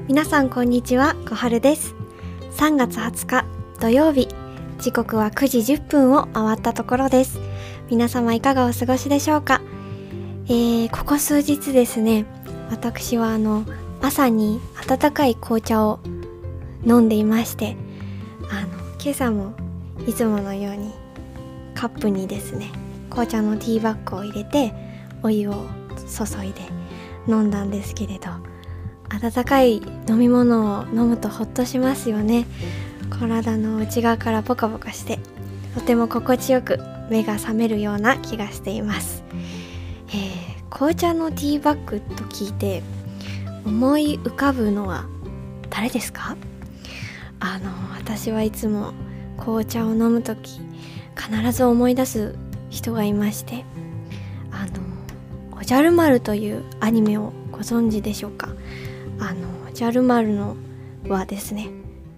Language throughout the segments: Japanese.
皆さんこんにちは、小春です。3月20日土曜日、時刻は9時10分を回ったところです。皆様いかがお過ごしでしょうか。ここ数日ですね、私は朝に温かい紅茶を飲んでいまして、今朝もいつものようにカップにですね、紅茶のティーバッグを入れてお湯を注いで飲んだんですけれど、温かい飲み物を飲むとほっとしますよね。体の内側からポカポカして、とても心地よく目が覚めるような気がしています。紅茶のティーバッグと聞いて思い浮かぶのは誰ですか？私はいつも紅茶を飲むとき必ず思い出す人がいまして、おじゃる丸というアニメをご存知でしょうか。おじゃる丸のはですね、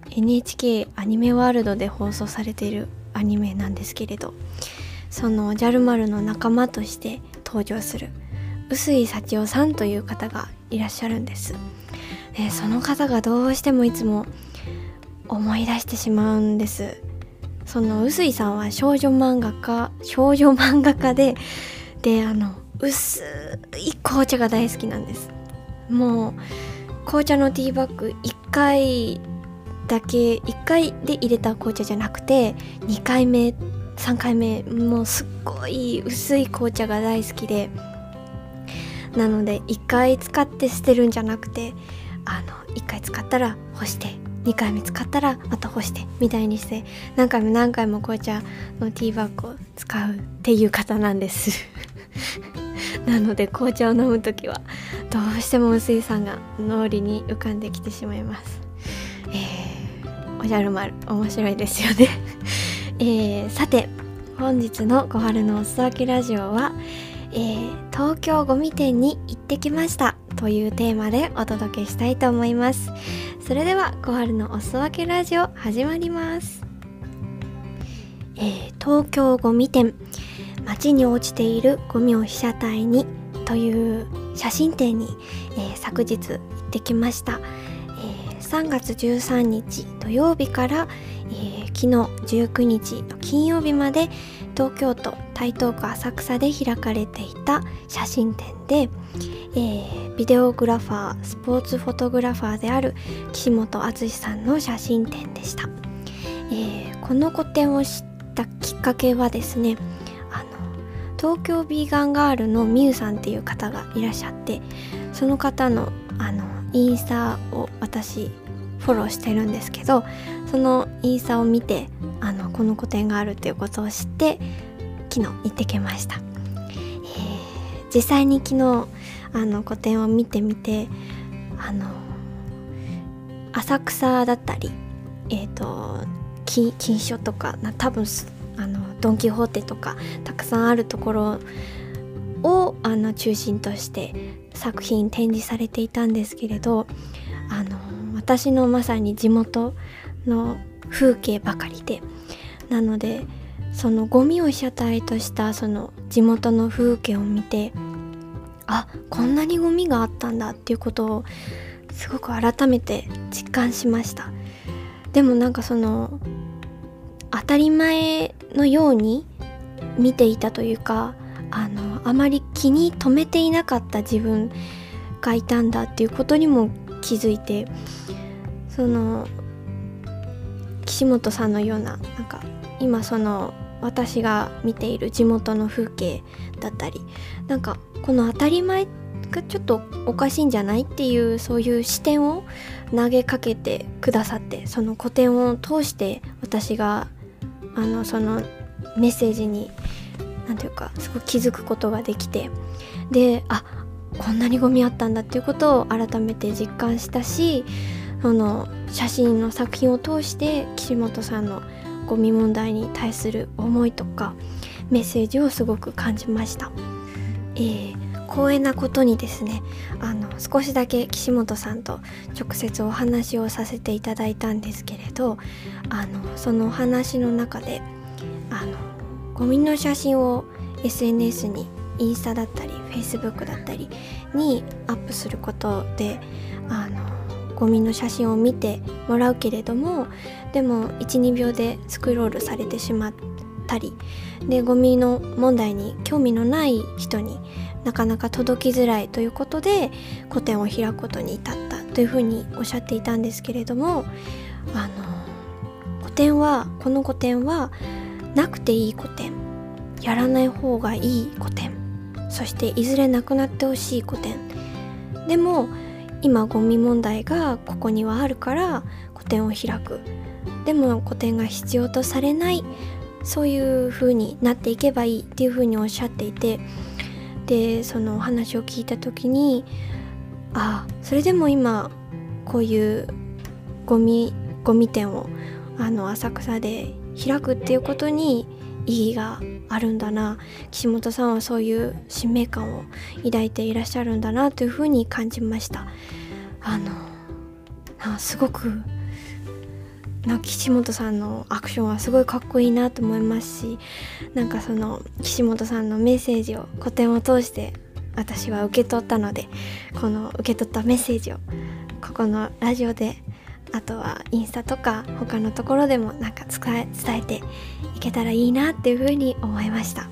NHK アニメワールドで放送されているアニメなんですけれど、そのおじゃる丸の仲間として登場する臼井幸男さんという方がいらっしゃるんです。その方がどうしてもいつも思い出してしまうんです。その臼井さんは少女漫画家で薄い紅茶が大好きなんです。もう紅茶のティーバッグ1回で入れた紅茶じゃなくて、2回目3回目もうすっごい薄い紅茶が大好きで、なので1回使って捨てるんじゃなくて、1回使ったら干して、2回目使ったらまた干してみたいにして、何回も紅茶のティーバッグを使うっていう方なんですなので紅茶を飲むときはどうしても臼井さんが脳裏に浮かんできてしまいます。おじゃる丸面白いですよねさて、本日の小春のおすわけラジオは、東京ゴミ店に行ってきましたというテーマでお届けしたいと思います。それでは小春のおすわけラジオ始まります。東京ゴミ店、街に落ちているゴミを被写体にという写真展に、昨日行ってきました。3月13日土曜日から、昨日19日の金曜日まで東京都台東区浅草で開かれていた写真展で、ビデオグラファー、スポーツフォトグラファーである岸本敦さんの写真展でした。この個展を知ったきっかけはですね、東京ビーガンガールのみゆさんっていう方がいらっしゃって、その方のインスタを私フォローしてるんですけど、そのインスタを見てこの個展があるっていうことを知って昨日行ってきました。実際に昨日個展を見てみて、浅草だったり金書とか多分ドン・キホーテとかたくさんあるところを中心として作品展示されていたんですけれど、私のまさに地元の風景ばかりで、なのでそのゴミを被写体としたその地元の風景を見て、こんなにゴミがあったんだっていうことをすごく改めて実感しました。でもその当たり前のように見ていたというか、あまり気に留めていなかった自分がいたんだっていうことにも気づいて、その岸本さんのような今その私が見ている地元の風景だったり、この当たり前がちょっとおかしいんじゃないっていう、そういう視点を投げかけてくださって、その個展を通して私がそのメッセージにすごい気づくことができて、でこんなにゴミあったんだっていうことを改めて実感したし、その写真の作品を通して岸本さんのゴミ問題に対する思いとかメッセージをすごく感じました。光栄なことにですね、少しだけ岸本さんと直接お話をさせていただいたんですけれど、そのお話の中でゴミの写真を SNS にインスタだったり Facebook だったりにアップすることでゴミの写真を見てもらうけれども、でも 1,2 秒でスクロールされてしまったりで、ゴミの問題に興味のない人になかなか届きづらいということで個展を開くことに至ったというふうにおっしゃっていたんですけれども、この個展はなくていい個展、やらない方がいい個展、そしていずれなくなってほしい個展、でも今ゴミ問題がここにはあるから個展を開く、でも個展が必要とされない、そういう風になっていけばいいっていう風におっしゃっていて、でそのお話を聞いた時に、それでも今こういうゴミ店を浅草で開くっていうことに意義があるんだな、岸本さんはそういう使命感を抱いていらっしゃるんだなというふうに感じました。すごく岸本さんのアクションはすごいかっこいいなと思いますし、その岸本さんのメッセージを個展を通して私は受け取ったので、この受け取ったメッセージをここのラジオで、あとはインスタとか他のところでも伝えていけたらいいなっていうふうに思いました。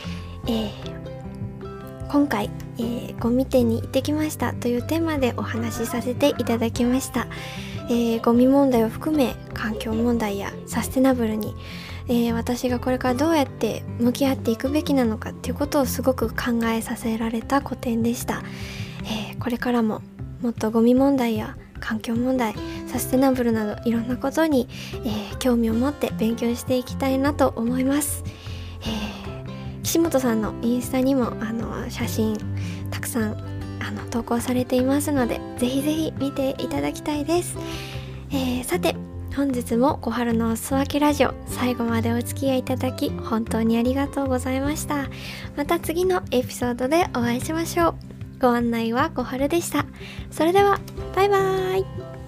今回、ゴミ店に行ってきましたというテーマでお話しさせていただきました。ゴミ問題を含め環境問題やサステナブルに、私がこれからどうやって向き合っていくべきなのかっていうことをすごく考えさせられた個展でした。これからももっとゴミ問題や環境問題、サステナブルなどいろんなことに、興味を持って勉強していきたいなと思います。岸本さんのインスタにも写真たくさん投稿されていますので、ぜひぜひ見ていただきたいです。さて本日も小春のおすわけラジオ、最後までお付き合いいただき本当にありがとうございました。また次のエピソードでお会いしましょう。ご案内は小春でした。それではバイバーイ。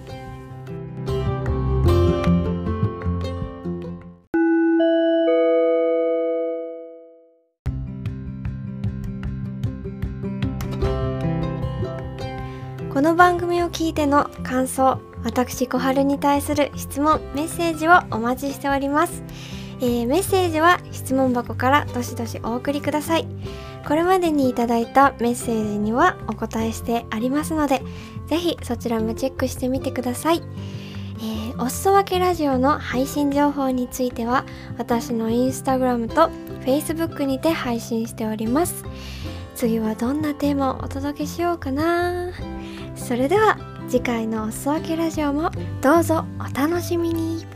この番組を聞いての感想、私小春に対する質問、メッセージをお待ちしております。メッセージは質問箱からどしどしお送りください。これまでにいただいたメッセージにはお答えしてありますので、ぜひそちらもチェックしてみてください。おすそ分けラジオの配信情報については私のインスタグラムとフェイスブックにて配信しております。次はどんなテーマをお届けしようかな。それでは次回のおすそ分けラジオもどうぞお楽しみに。